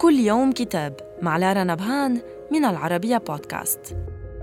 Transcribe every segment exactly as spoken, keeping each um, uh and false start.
كل يوم كتاب مع لارا نبهان من العربية بودكاست.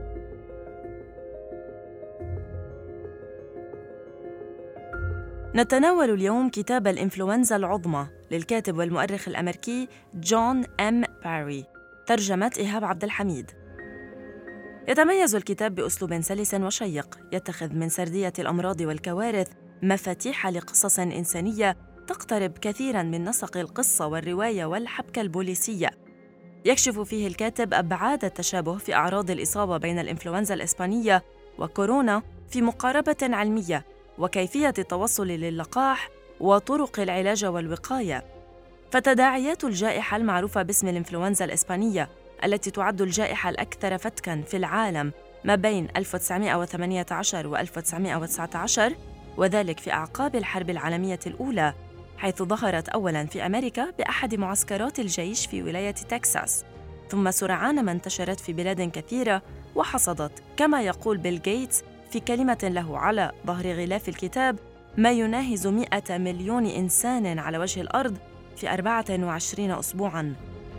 نتناول اليوم كتاب الإنفلونزا العظمى للكاتب والمؤرخ الأمريكي جون إم باري، ترجمة إيهاب عبد الحميد. يتميز الكتاب بأسلوب سلس وشيق، يتخذ من سردية الأمراض والكوارث مفاتيح لقصص إنسانية تقترب كثيراً من نسق القصة والرواية والحبكة البوليسية. يكشف فيه الكاتب أبعاد التشابه في أعراض الإصابة بين الإنفلونزا الإسبانية وكورونا في مقاربة علمية، وكيفية التوصل للقاح وطرق العلاج والوقاية. فتداعيات الجائحة المعروفة باسم الإنفلونزا الإسبانية التي تعد الجائحة الأكثر فتكاً في العالم ما بين ألف وتسعمائة وثمانية عشر و ألف وتسعمائة وتسعة عشر، وذلك في أعقاب الحرب العالمية الأولى، حيث ظهرت أولاً في أمريكا بأحد معسكرات الجيش في ولاية تكساس، ثم سرعان ما انتشرت في بلاد كثيرة وحصدت، كما يقول بيل غيتس في كلمة له على ظهر غلاف الكتاب، ما يناهز مئة مليون إنسان على وجه الأرض في أربعة وعشرين أسبوعاً.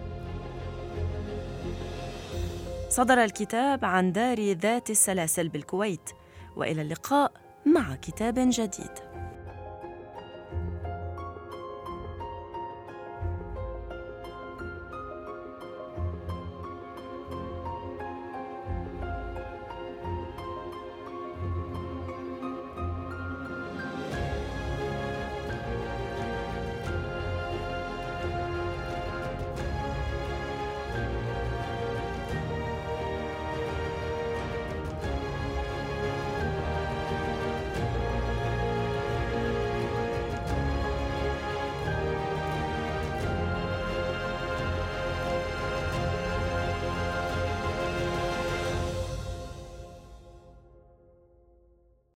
صدر الكتاب عن دار ذات السلاسل بالكويت، وإلى اللقاء مع كتاب جديد.